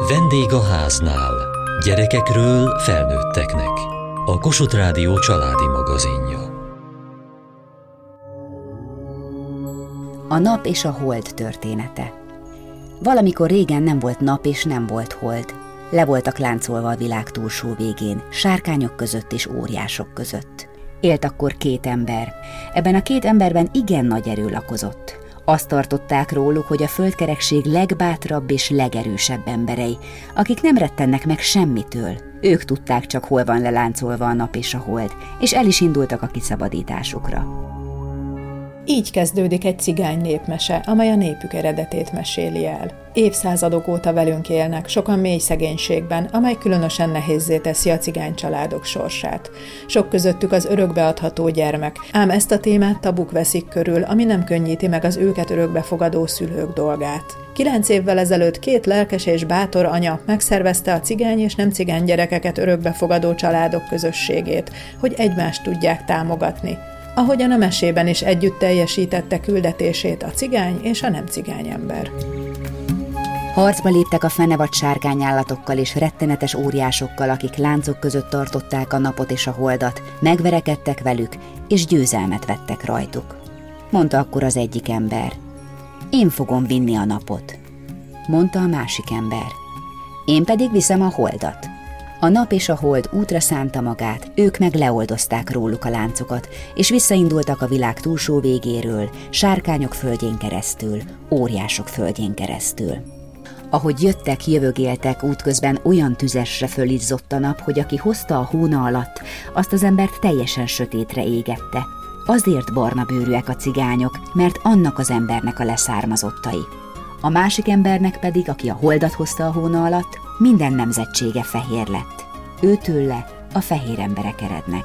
Vendég a háznál. Gyerekekről felnőtteknek. A Kossuth Rádió családi magazinja. A nap és a hold története. Valamikor régen nem volt nap és nem volt hold. Le voltak láncolva a világ túlsó végén, sárkányok között és óriások között. Élt akkor két ember. Ebben a két emberben igen nagy erő lakozott. Azt tartották róluk, hogy a földkerekség legbátrabb és legerősebb emberei, akik nem rettennek meg semmitől. Ők tudták csak, hol van leláncolva a nap és a hold, és el is indultak a kiszabadításukra. Így kezdődik egy cigány népmese, amely a népük eredetét meséli el. Évszázadok óta velünk élnek, sokan mély szegénységben, amely különösen nehézzé teszi a cigány családok sorsát. Sok közöttük az örökbeadható gyermek, ám ezt a témát tabuk veszik körül, ami nem könnyíti meg az őket örökbefogadó szülők dolgát. 9 évvel ezelőtt 2 lelkes és bátor anya megszervezte a cigány és nem cigány gyerekeket örökbefogadó családok közösségét, hogy egymást tudják támogatni. Ahogyan a mesében is együtt teljesítette küldetését a cigány és a nem cigány ember. Harcba léptek a fenevad sárkányállatokkal és rettenetes óriásokkal, akik láncok között tartották a napot és a holdat, megverekedtek velük, és győzelmet vettek rajtuk. Mondta akkor az egyik ember: én fogom vinni a napot. Mondta a másik ember: én pedig viszem a holdat. A nap és a hold útra szánta magát, ők meg leoldozták róluk a láncokat, és visszaindultak a világ túlsó végéről, sárkányok földjén keresztül, óriások földjén keresztül. Ahogy jöttek, jövögéltek, útközben olyan tüzesre fölizzott a nap, hogy aki hozta a hóna alatt, azt az embert teljesen sötétre égette. Azért barna bőrűek a cigányok, mert annak az embernek a leszármazottai. A másik embernek pedig, aki a holdat hozta a hóna alatt, minden nemzetsége fehér lett. Őtőle a fehér emberek erednek.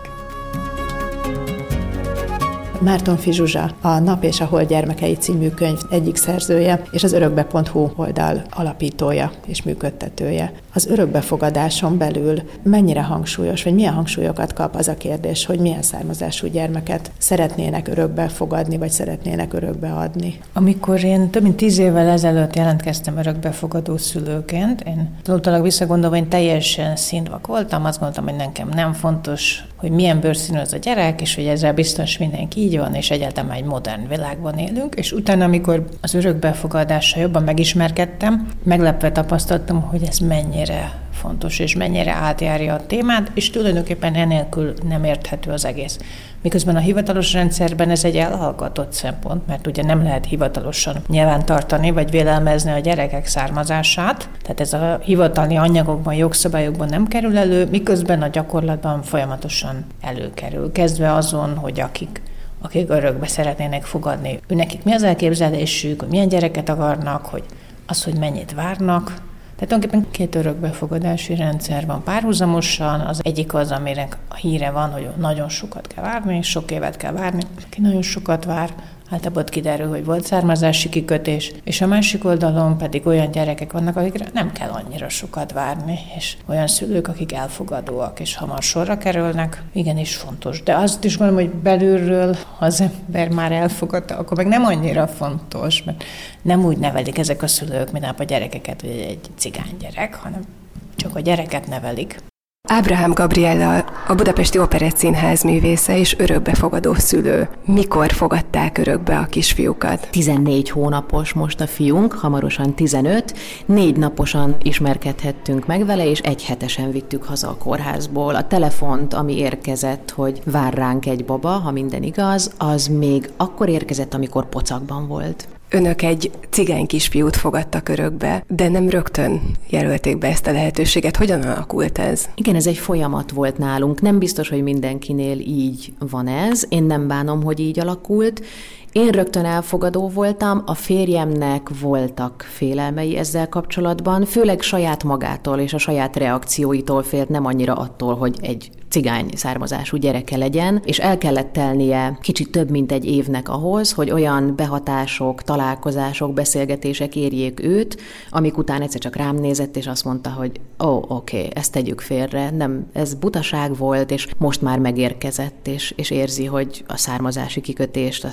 Mártonffy Zsuzsa, a Nap és a Hold gyermekei című könyv egyik szerzője, és az örökbe.hu oldal alapítója és működtetője. Az örökbefogadáson belül mennyire hangsúlyos, vagy milyen hangsúlyokat kap az a kérdés, hogy milyen származású gyermeket szeretnének örökbe fogadni, vagy szeretnének örökbe adni? Amikor én több mint 10 évvel ezelőtt jelentkeztem örökbefogadó szülőként, én utólag visszagondolva, én teljesen színvak voltam, azt gondoltam, hogy nekem nem fontos, hogy milyen bőrszínű az a gyerek, és hogy ezzel biztos mindenki így van, és egyáltalán egy modern világban élünk, és utána, amikor az örökbefogadással jobban megismerkedtem, meglepve tapasztaltam, hogy ez mennyire fontos, és mennyire átjárja a témát, és tulajdonképpen enélkül nem érthető az egész. Miközben a hivatalos rendszerben ez egy elhallgatott szempont, mert ugye nem lehet hivatalosan nyilvántartani, vagy vélelmezni a gyerekek származását, tehát ez a hivatali anyagokban, jogszabályokban nem kerül elő, miközben a gyakorlatban folyamatosan előkerül. Kezdve azon, hogy akik örökbe szeretnének fogadni, nekik mi az elképzelésük, hogy milyen gyereket akarnak, hogy mennyit várnak. Tehát tulajdonképpen 2 örökbefogadási rendszer van párhuzamosan, az egyik az, aminek a híre van, hogy nagyon sokat kell várni, sok évet kell várni. Aki nagyon sokat vár, általában kiderül, hogy volt származási kikötés, és a másik oldalon pedig olyan gyerekek vannak, akikre nem kell annyira sokat várni, és olyan szülők, akik elfogadóak, és hamar sorra kerülnek, igenis fontos. De azt is gondolom, hogy belülről, ha az ember már elfogadta, akkor meg nem annyira fontos, mert nem úgy nevelik ezek a szülők, mint a gyerekeket, hogy egy cigány gyerek, hanem csak a gyereket nevelik. Ábrahám Gabriella, a Budapesti Operettszínház művésze és örökbefogadó szülő. Mikor fogadták örökbe a kisfiúkat? 14 hónapos most a fiunk, hamarosan 15. 4 naposan ismerkedhettünk meg vele, és 1 hetesen vittük haza a kórházból. A telefont, ami érkezett, hogy vár ránk egy baba, ha minden igaz, az még akkor érkezett, amikor pocakban volt. Önök egy cigány kisfiút fogadtak örökbe, de nem rögtön jelölték be ezt a lehetőséget. Hogyan alakult ez? Igen, ez egy folyamat volt nálunk. Nem biztos, hogy mindenkinél így van ez. Én nem bánom, hogy így alakult. Én rögtön elfogadó voltam, a férjemnek voltak félelmei ezzel kapcsolatban, főleg saját magától és a saját reakcióitól félt, nem annyira attól, hogy egy cigány származású gyereke legyen, és el kellett telnie kicsit több mint 1 évnek ahhoz, hogy olyan behatások, találkozások, beszélgetések érjék őt, amik után egyszer csak rám nézett, és azt mondta, hogy oké, ezt tegyük félre, nem, ez butaság volt, és most már megérkezett, és érzi, hogy a származási kikötést azt nyugodtan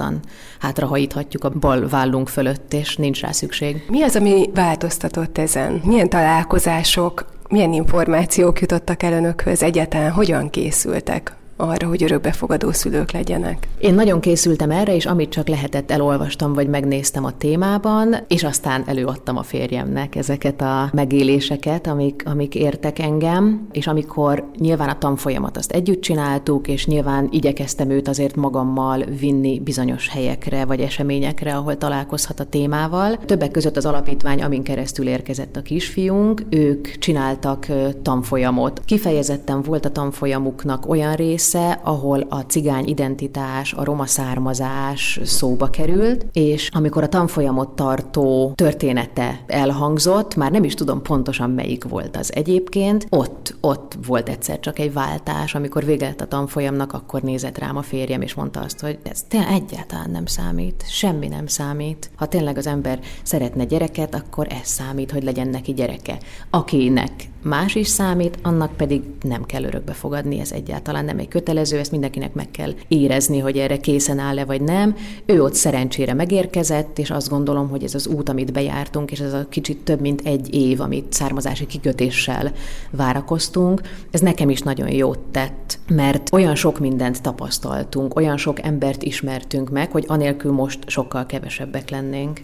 nyugodtan hátrahajíthatjuk a bal vállunk fölött, és nincs rá szükség. Mi az, ami változtatott ezen? Milyen találkozások, milyen információk jutottak el önökhöz? Egyáltalán hogyan készültek arra, hogy örökbefogadó szülők legyenek? Én nagyon készültem erre, és amit csak lehetett, elolvastam, vagy megnéztem a témában, és aztán előadtam a férjemnek ezeket a megéléseket, amik értek engem, és amikor nyilván a tanfolyamat azt együtt csináltuk, és nyilván igyekeztem őt azért magammal vinni bizonyos helyekre, vagy eseményekre, ahol találkozhat a témával. Többek között az alapítvány, amin keresztül érkezett a kisfiunk, ők csináltak tanfolyamot. Kifejezetten volt a tanfolyamuknak olyan része, ahol a cigány identitás, a roma származás szóba került, és amikor a tanfolyamot tartó története elhangzott, már nem is tudom pontosan melyik volt az egyébként, ott volt egyszer csak egy váltás, amikor vége lett a tanfolyamnak, akkor nézett rám a férjem, és mondta azt, hogy ez tényleg egyáltalán nem számít, semmi nem számít. Ha tényleg az ember szeretne gyereket, akkor ez számít, hogy legyen neki gyereke. Akinek más is számít, annak pedig nem kell örökbe fogadni, ez egyáltalán nem egy kötelező, ezt mindenkinek meg kell érezni, hogy erre készen áll-e vagy nem. Ő ott szerencsére megérkezett, és azt gondolom, hogy ez az út, amit bejártunk, és ez a kicsit több mint 1 év, amit származási kikötéssel várakoztunk, ez nekem is nagyon jót tett, mert olyan sok mindent tapasztaltunk, olyan sok embert ismertünk meg, hogy anélkül most sokkal kevesebbek lennénk.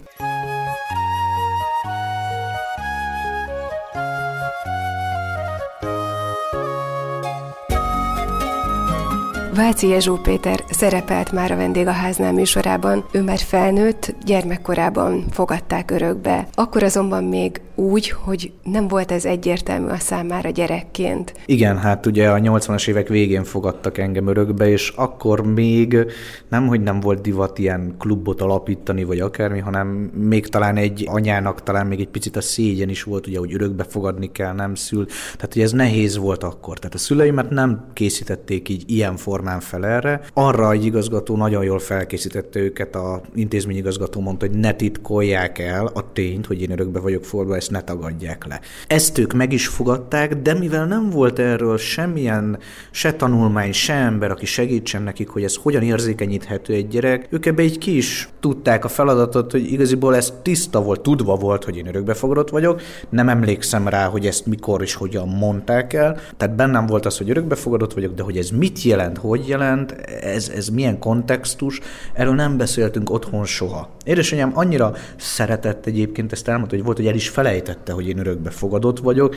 Váci Jezsó Péter szerepelt már a Vendégháznál műsorában, ő már felnőtt, gyermekkorában fogadták örökbe. Akkor azonban még úgy, hogy nem volt ez egyértelmű a számára gyerekként. Igen, hát ugye a 80-as évek végén fogadtak engem örökbe, és akkor még nem volt divat ilyen klubot alapítani, vagy akármi, hanem még talán egy anyának talán még egy picit a szégyen is volt, ugye, hogy örökbe fogadni kell, nem szül. Tehát ugye ez nehéz volt akkor. Tehát a szüleimet nem készítették így ilyen formán fel erre. Arra egy igazgató nagyon jól felkészítette őket, a intézményigazgató mondta, hogy ne titkolják el a tényt, hogy én örökbe vagyok fogadva, ezt ne tagadják le. Ezt ők meg is fogadták, de mivel nem volt erről semmilyen, se tanulmány, se ember, aki segítsen nekik, hogy ez hogyan érzékenyíthető egy gyerek, ők ebbe így ki is tudták a feladatot, hogy igaziból ez tiszta volt, tudva volt, hogy én örökbefogadott vagyok, nem emlékszem rá, hogy ezt mikor és hogyan mondták el, tehát bennem volt az, hogy örökbefogadott vagyok, de hogy ez mit jelent, hogy jelent, ez milyen kontextus, erről nem beszéltünk otthon soha. Édesanyám annyira szeretett egyébként, ezt elmondta, hogy volt, hogy el is felejtette, hogy én örökbefogadott vagyok,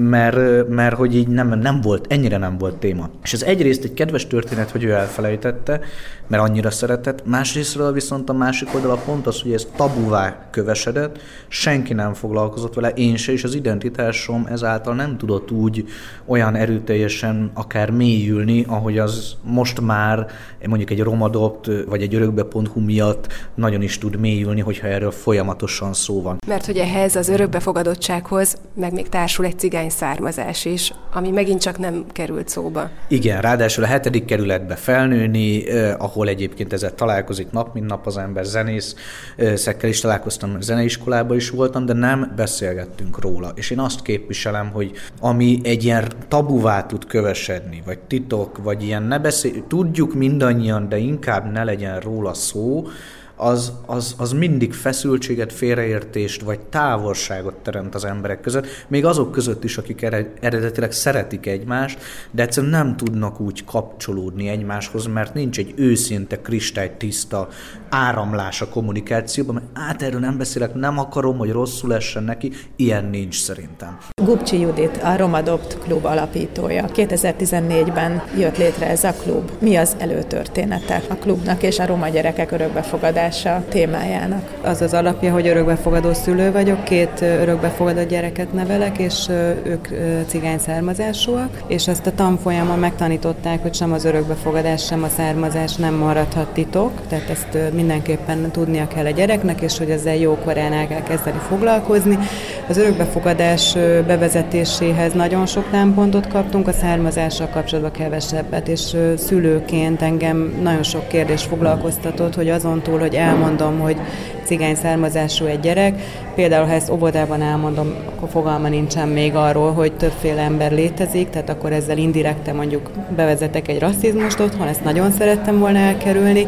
mert hogy így nem volt, ennyire nem volt téma. És ez egyrészt egy kedves történet, hogy ő elfelejtette, mert annyira szeretett, másrésztről viszont a másik oldala pont az, hogy ez tabuvá kövesedett, senki nem foglalkozott vele, én se, és az identitásom ezáltal nem tudott úgy olyan erőteljesen akár mélyülni, ahogy az most már mondjuk egy romadopt vagy egy örökbe.hu miatt nagyon is tud mélyülni, hogyha erről folyamatosan szó van. Mert hogy ehhez az örökbefogadottsághoz meg még társul egy cigány származás is, ami megint csak nem került szóba. Igen, ráadásul a 7. kerületbe felnőni, ahol egyébként ezzel találkozik nap, mint nap az ember, zenészekkel is találkoztam, zeneiskolában is voltam, de nem beszélgettünk róla. És én azt képviselem, hogy ami egy ilyen tabuvá tud kövesedni, vagy titok, vagy ilyen tudjuk mindannyian, de inkább ne legyen róla szó, az mindig feszültséget, félreértést vagy távolságot teremt az emberek között, még azok között is, akik eredetileg szeretik egymást, de egyszerűen nem tudnak úgy kapcsolódni egymáshoz, mert nincs egy őszinte, kristálytiszta áramlás a kommunikációban, mert erről nem beszélek, nem akarom, hogy rosszul essen neki, ilyen nincs szerintem. Gubcsi Judit, a Romadopt klub alapítója. 2014-ben jött létre ez a klub. Mi az előtörténete a klubnak és a roma gyerekek örökbefogadása témájának? Az az alapja, hogy örökbefogadó szülő vagyok, 2 örökbefogadott gyereket nevelek, és ők cigány származásúak, és ezt a tanfolyamon megtanították, hogy sem az örökbefogadás, sem a származás nem maradhat titok, tehát ezt mindenképpen tudnia kell a gyereknek, és hogy ezzel jókorán el kell kezdeni foglalkozni. Az örökbefogadás bevezetéséhez nagyon sok támpontot kaptunk, a származással kapcsolatban kevesebbet, és szülőként engem nagyon sok kérdés foglalkoztatott, hogy azon túl, hogy elmondom, hogy cigány származású egy gyerek, például ha ezt óvodában elmondom, akkor fogalma nincsen még arról, hogy többféle ember létezik, tehát akkor ezzel indirekte mondjuk bevezetek egy rasszizmust otthon, ezt nagyon szerettem volna elkerülni,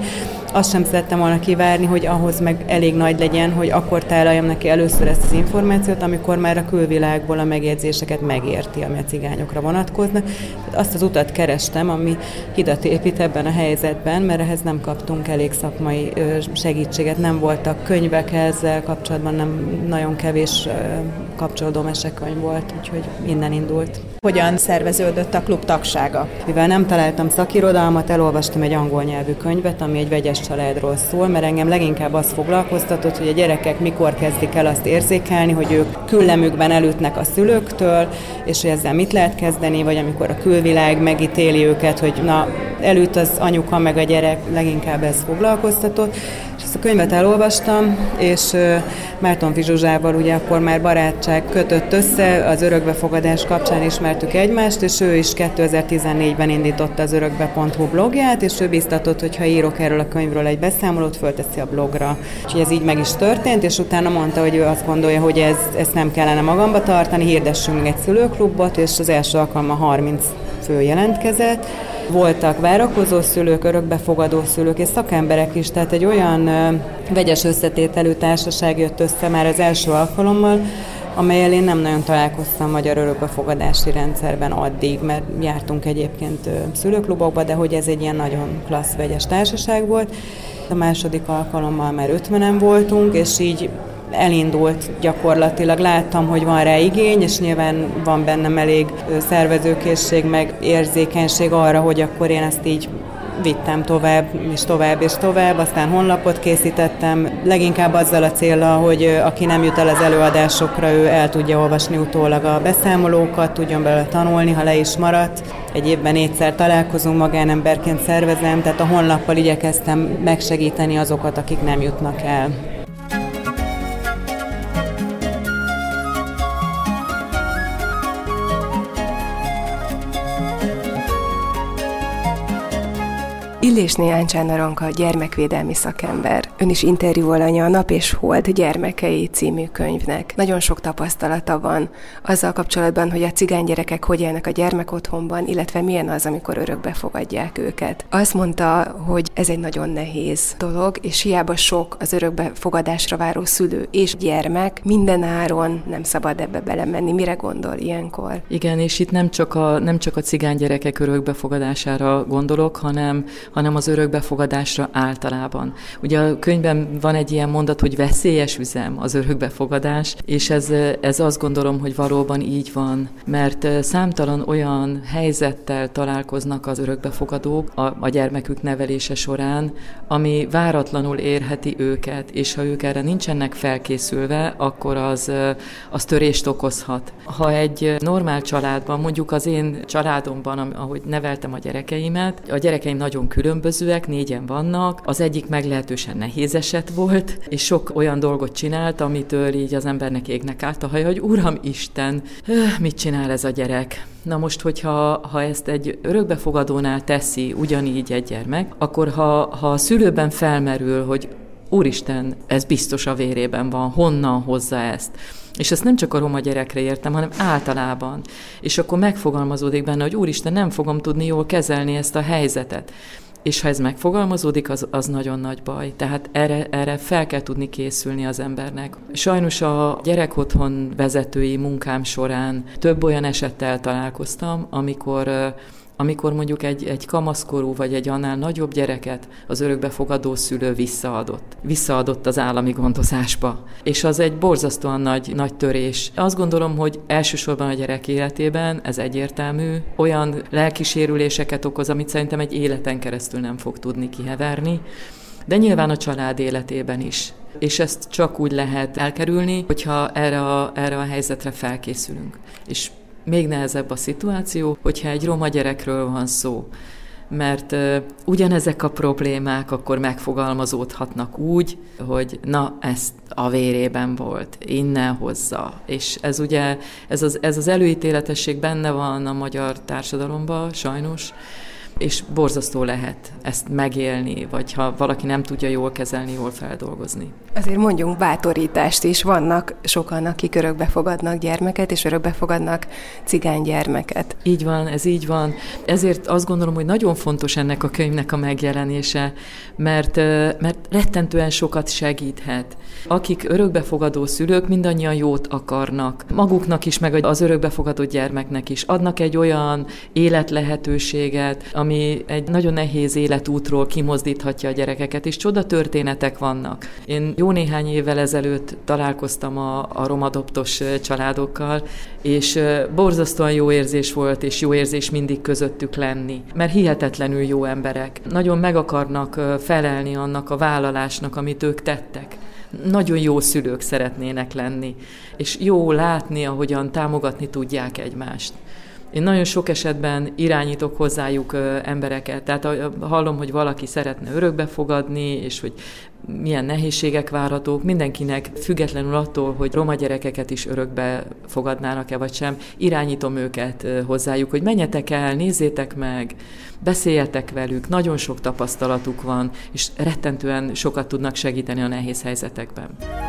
azt sem szerettem volna kivárni, hogy ahhoz meg elég nagy legyen, hogy akkor tálaljam neki először ezt az információt, amikor már a külvilágból a megjegyzéseket megérti, ami a cigányokra vonatkoznak. Azt az utat kerestem, ami hidat épít ebben a helyzetben, mert ehhez nem kaptunk elég szakmai segítséget, nem voltak könyvek ezzel kapcsolatban, nem nagyon kevés kapcsolódó mesekönyv volt, úgyhogy innen indult. Hogyan szerveződött a klub tagsága? Mivel nem találtam szakirodalmat, elolvastam egy angol nyelvű könyvet, ami egy vegyes családról szól, mert engem leginkább az foglalkoztatott, hogy a gyerekek mikor kezdik el azt érzékelni, hogy ők küllemükben elütnek a szülőktől, és hogy ezzel mit lehet kezdeni, vagy amikor a külvilág megítéli őket, hogy na, elüt az anyuka meg a gyerek, leginkább ez foglalkoztatott. És ezt a könyvet elolvastam, és Márton Zsuzsával ugye akkor már barátság kötött össze, az örökbefogadás kapcsán ismertük egymást, és ő is 2014-ben indította az örökbe.hu blogját, és ő biztatott, hogy ha írok erről a könyvről egy beszámolót, fölteszi a blogra. Úgyhogy ez így meg is történt, és utána mondta, hogy ő azt gondolja, hogy ezt nem kellene magamba tartani, hirdessünk meg egy szülőklubot, és az első alkalommal 30 fő jelentkezett. Voltak várakozó szülők, örökbefogadó szülők és szakemberek is, tehát egy olyan vegyes összetételű társaság jött össze már az első alkalommal, amellyel én nem nagyon találkoztam magyar örökbefogadási rendszerben addig, mert jártunk egyébként szülőklubokba, de hogy ez egy ilyen nagyon klassz vegyes társaság volt. A második alkalommal már 50-en voltunk, és így elindult gyakorlatilag. Láttam, hogy van rá igény, és nyilván van bennem elég szervezőkészség, meg érzékenység arra, hogy akkor én ezt így vittem tovább, és tovább, és tovább. Aztán honlapot készítettem, leginkább azzal a céllal, hogy aki nem jut el az előadásokra, ő el tudja olvasni utólag a beszámolókat, tudjon belőle tanulni, ha le is maradt. Egy évben 4-szer találkozunk, magánemberként szervezem, tehát a honlappal igyekeztem megsegíteni azokat, akik nem jutnak el. Illésné Áncsán Aranka, gyermekvédelmi szakember. Ön is interjú alanya a Nap és Hold gyermekei című könyvnek. Nagyon sok tapasztalata van azzal kapcsolatban, hogy a cigánygyerekek hogy élnek a gyermekotthonban, illetve milyen az, amikor örökbe fogadják őket. Azt mondta, hogy ez egy nagyon nehéz dolog, és hiába sok az örökbefogadásra váró szülő és gyermek, minden áron nem szabad ebbe belemenni. Mire gondol ilyenkor? Igen, és itt nem csak a cigánygyerekek örökbefogadására gondolok, hanem az örökbefogadásra általában. Ugye a könyvben van egy ilyen mondat, hogy veszélyes üzem az örökbefogadás, és ez azt gondolom, hogy valóban így van, mert számtalan olyan helyzettel találkoznak az örökbefogadók a gyermekük nevelése során, ami váratlanul érheti őket, és ha ők erre nincsenek felkészülve, akkor az törést okozhat. Ha egy normál családban, mondjuk az én családomban, ahogy neveltem a gyerekeimet, a gyerekeim nagyon különbözőek, 4-en vannak, az egyik meglehetősen nehéz eset volt, és sok olyan dolgot csinált, amitől így az embernek égnek állt a haja, hogy Uram Isten, mit csinál ez a gyerek? Na most, hogyha ezt egy örökbefogadónál teszi ugyanígy egy gyermek, akkor ha a szülőben felmerül, hogy Úristen, ez biztos a vérében van, honnan hozza ezt? És ezt nem csak a roma gyerekre értem, hanem általában. És akkor megfogalmazódik benne, hogy Úristen, nem fogom tudni jól kezelni ezt a helyzetet. És ha ez megfogalmazódik, az nagyon nagy baj. Tehát erre fel kell tudni készülni az embernek. Sajnos a gyerekotthon vezetői munkám során több olyan esettel találkoztam, amikor mondjuk egy kamaszkorú vagy egy annál nagyobb gyereket az örökbefogadó szülő visszaadott az állami gondozásba. És az egy borzasztóan nagy törés. Azt gondolom, hogy elsősorban a gyerek életében ez egyértelmű, olyan lelkisérüléseket okoz, amit szerintem egy életen keresztül nem fog tudni kiheverni, de nyilván a család életében is. És ezt csak úgy lehet elkerülni, hogyha erre a helyzetre felkészülünk. És még nehezebb a szituáció, hogyha egy roma gyerekről van szó, mert ugyanezek a problémák akkor megfogalmazódhatnak úgy, hogy na, ezt a vérében volt, innen hozza. És ez ugye, ez az előítéletesség benne van a magyar társadalomban, sajnos, és borzasztó lehet ezt megélni, vagy ha valaki nem tudja jól kezelni, jól feldolgozni. Azért mondjunk bátorítást is, vannak sokan, akik örökbe fogadnak gyermeket, és örökbe fogadnak cigánygyermeket. Így van, ez így van. Ezért azt gondolom, hogy nagyon fontos ennek a könyvnek a megjelenése, mert rettentően sokat segíthet. Akik örökbefogadó szülők, mindannyian jót akarnak. Maguknak is, meg az örökbefogadott gyermeknek is. Adnak egy olyan életlehetőséget, ami egy nagyon nehéz életútról kimozdíthatja a gyerekeket, és csodatörténetek vannak. Én jó néhány évvel ezelőtt találkoztam a romadoptos családokkal, és borzasztóan jó érzés volt, és jó érzés mindig közöttük lenni, mert hihetetlenül jó emberek. Nagyon meg akarnak felelni annak a vállalásnak, amit ők tettek. Nagyon jó szülők szeretnének lenni, és jó látni, ahogyan támogatni tudják egymást. Én nagyon sok esetben irányítok hozzájuk embereket, tehát hallom, hogy valaki szeretne örökbefogadni, és hogy milyen nehézségek várhatók, mindenkinek függetlenül attól, hogy roma gyerekeket is örökbe fogadnának-e vagy sem, irányítom őket hozzájuk, hogy menjetek el, nézzétek meg, beszéljetek velük, nagyon sok tapasztalatuk van, és rettentően sokat tudnak segíteni a nehéz helyzetekben.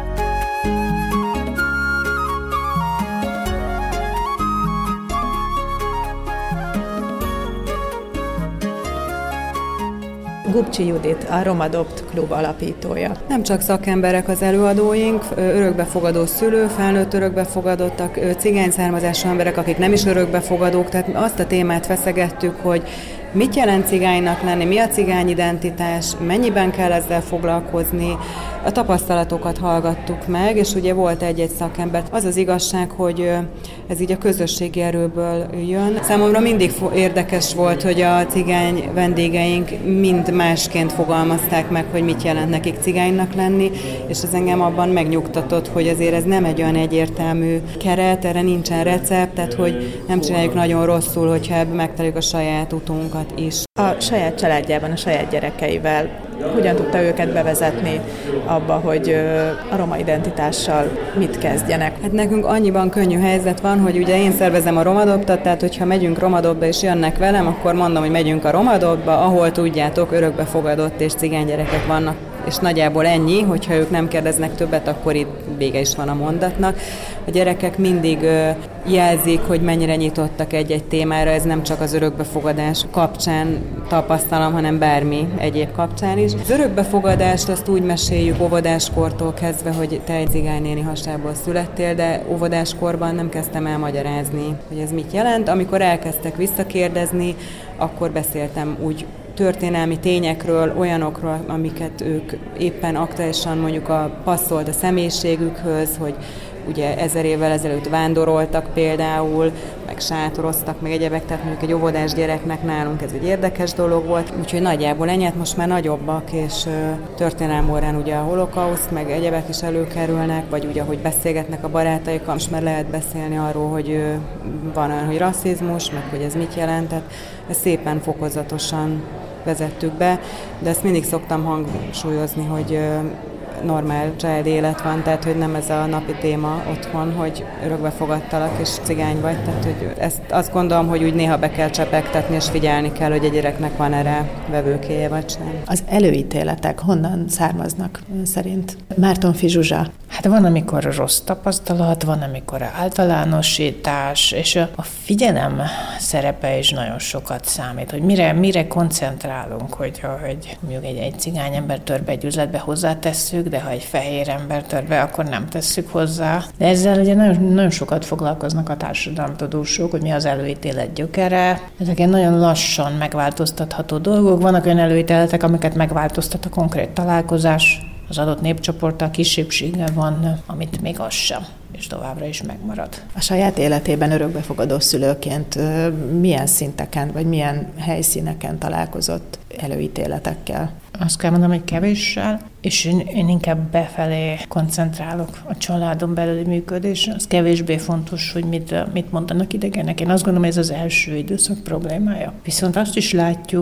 Gubcsi Judit, a Romadopt klub alapítója. Nem csak szakemberek az előadóink, örökbefogadó szülő, felnőtt örökbefogadottak, cigány származású emberek, akik nem is örökbefogadók, tehát azt a témát feszegettük, hogy mit jelent cigánynak lenni, mi a cigányidentitás, mennyiben kell ezzel foglalkozni. A tapasztalatokat hallgattuk meg, és ugye volt egy-egy szakember. Az az igazság, hogy ez így a közösségi erőből jön. Számomra mindig érdekes volt, hogy a cigány vendégeink mind másként fogalmazták meg, hogy mit jelent nekik cigánynak lenni, és ez engem abban megnyugtatott, hogy azért ez nem egy olyan egyértelmű keret, erre nincsen recept, tehát hogy nem csináljuk nagyon rosszul, hogyha ebbe megtaláljuk a saját utunkat is. A saját családjában, a saját gyerekeivel hogyan tudta őket bevezetni abba, hogy a roma identitással mit kezdjenek? Hát nekünk annyiban könnyű helyzet van, hogy ugye én szervezem a Romadoptot, tehát hogyha megyünk Romadopba és jönnek velem, akkor mondom, hogy megyünk a Romadopba, ahol tudjátok, örökbefogadott és cigánygyerekek vannak. És nagyjából ennyi, hogyha ők nem kérdeznek többet, akkor itt vége is van a mondatnak. A gyerekek mindig jelzik, hogy mennyire nyitottak egy-egy témára, ez nem csak az örökbefogadás kapcsán tapasztalom, hanem bármi egyéb kapcsán is. Az örökbefogadást azt úgy meséljük óvodáskortól kezdve, hogy te egy cigánynéni hasából születtél, de óvodáskorban nem kezdtem el magyarázni, hogy ez mit jelent. Amikor elkezdtek visszakérdezni, akkor beszéltem úgy történelmi tényekről, olyanokról, amiket ők éppen aktuálisan mondjuk passzolt a személyiségükhöz, hogy ugye 1000 évvel ezelőtt vándoroltak például, meg sátoroztak, meg egyebek, tehát mondjuk egy óvodás gyereknek nálunk ez egy érdekes dolog volt, úgyhogy nagyjából ennyi, most már nagyobbak, és történelmi órán ugye a holokauszt, meg egyebek is előkerülnek, vagy ugye, ahogy beszélgetnek a barátaikkal, most már lehet beszélni arról, hogy van olyan, hogy rasszizmus, meg hogy ez mit jelent, tehát ezt szépen fokozatosan vezettük be, de ezt mindig szoktam hangsúlyozni, hogy normál családi élet van, tehát hogy nem ez a napi téma otthon, hogy örökbe fogadtalak és cigány vagy, tehát hogy ezt azt gondolom, hogy úgy néha be kell csepegtetni és figyelni kell, hogy egy gyereknek van erre vevőkéje vagy sem. Az előítéletek honnan származnak szerint? Mártonffy Zsuzsa. Hát van, amikor rossz tapasztalat, van, amikor általánosítás, és a figyelem szerepe is nagyon sokat számít, hogy mire koncentrálunk, hogyha mondjuk egy cigány ember törbe egy üzletbe hozzátesszük, de ha egy fehér ember törbe, akkor nem tesszük hozzá. De ezzel ugye nagyon sokat foglalkoznak a társadalomtudósok, hogy mi az előítélet gyökere. Ezek ilyen nagyon lassan megváltoztatható dolgok. Vannak olyan előítéletek, amiket megváltoztat a konkrét találkozás, az adott népcsoporttal, kisebbséggel van, amit még az sem, és továbbra is megmarad. A saját életében örökbefogadó szülőként milyen szinteken, vagy milyen helyszíneken találkozott előítéletekkel? Azt kell mondanom, hogy kevéssel, és én inkább befelé koncentrálok a családon belüli működésre. Az kevésbé fontos, hogy mit mondanak idegenek. Én azt gondolom, ez az első időszak problémája. Viszont azt is látjuk,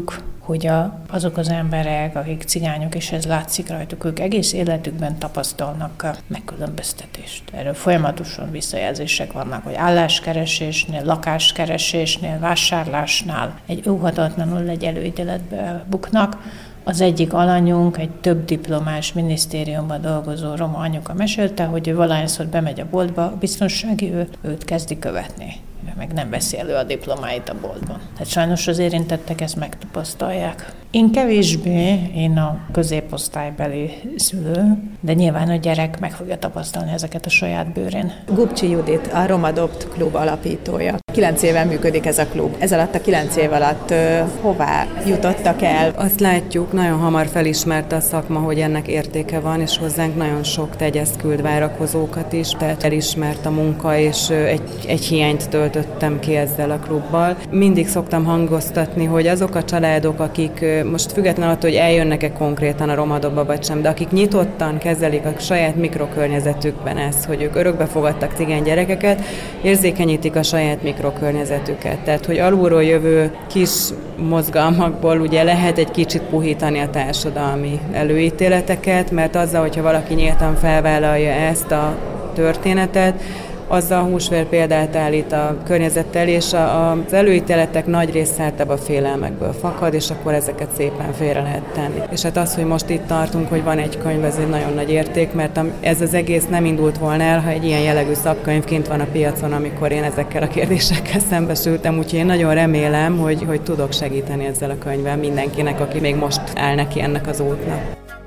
hogy azok az emberek, akik cigányok, és ez látszik rajtuk, ők egész életükben tapasztalnak megkülönböztetést. Erről folyamatosan visszajelzések vannak, hogy álláskeresésnél, lakáskeresésnél, vásárlásnál egy óhatatlanul egy előítéletbe buknak. Az egyik alanyunk, egy több diplomás minisztériumban dolgozó roma anyuka mesélte, hogy ő valahányszor bemegy a boltba, a biztonsági őt kezdi követni. Meg nem veszi elő a diplomáit a boltban. Tehát sajnos az érintettek ezt megtapasztalják. Én kevésbé, én a középosztálybeli szülő, de nyilván a gyerek meg fogja tapasztalni ezeket a saját bőrén. Gubcsi Judit, a Romadopt klub alapítója. 9 éven működik ez a klub. Ez alatt a 9 év alatt hová jutottak el? Azt látjuk, nagyon hamar felismerte a szakma, hogy ennek értéke van, és hozzánk nagyon sok tegyezt küld várakozókat is, tehát elismert a munka, és egy hiányt töltöttem ki ezzel a klubbal. Mindig szoktam hangoztatni, hogy azok a családok, akik most függetlenül attól, hogy eljönnek-e konkrétan a Romadobba vagy sem, de akik nyitottan kezelik a saját mikrokörnyezetükben ezt, hogy ők örökbe fogadtak cigány gyerekeket, érzékenyítik a saját mikrokörnyezetüket. Tehát, hogy alulról jövő kis mozgalmakból ugye lehet egy kicsit puhítani a társadalmi előítéleteket, mert azzal, hogyha valaki nyíltan felvállalja ezt a történetet, azzal húsvér példát állít a környezettel, és az előítéletek nagy része általában a félelmekből fakad, és akkor ezeket szépen félre lehet tenni. És hát az, hogy most itt tartunk, hogy van egy könyv, ez egy nagyon nagy érték, mert ez az egész nem indult volna el, ha egy ilyen jellegű szakkönyv kint van a piacon, amikor én ezekkel a kérdésekkel szembesültem, úgyhogy én nagyon remélem, hogy tudok segíteni ezzel a könyvvel mindenkinek, aki még most áll neki ennek az útnak.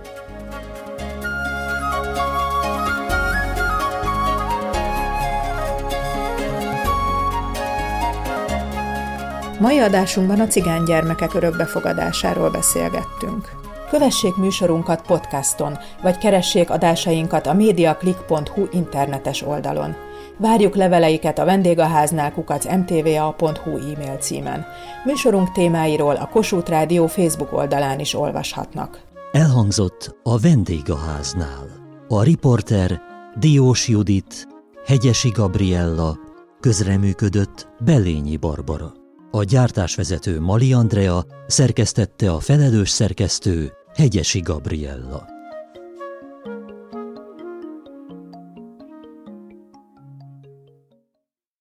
Mai adásunkban a cigány gyermekek örökbefogadásáról beszélgettünk. Kövessék műsorunkat podcaston, vagy keressék adásainkat a mediaclick.hu internetes oldalon. Várjuk leveleiket a vendégháznál @mtva.hu e-mail címen. Műsorunk témáiról a Kossuth Rádió Facebook oldalán is olvashatnak. Elhangzott a vendégháznál. A riporter Diós Judit, Hegyesi Gabriella, közreműködött Belényi Barbara. A gyártásvezető Mali Andrea, szerkesztette a felelős szerkesztő Hegyesi Gabriella.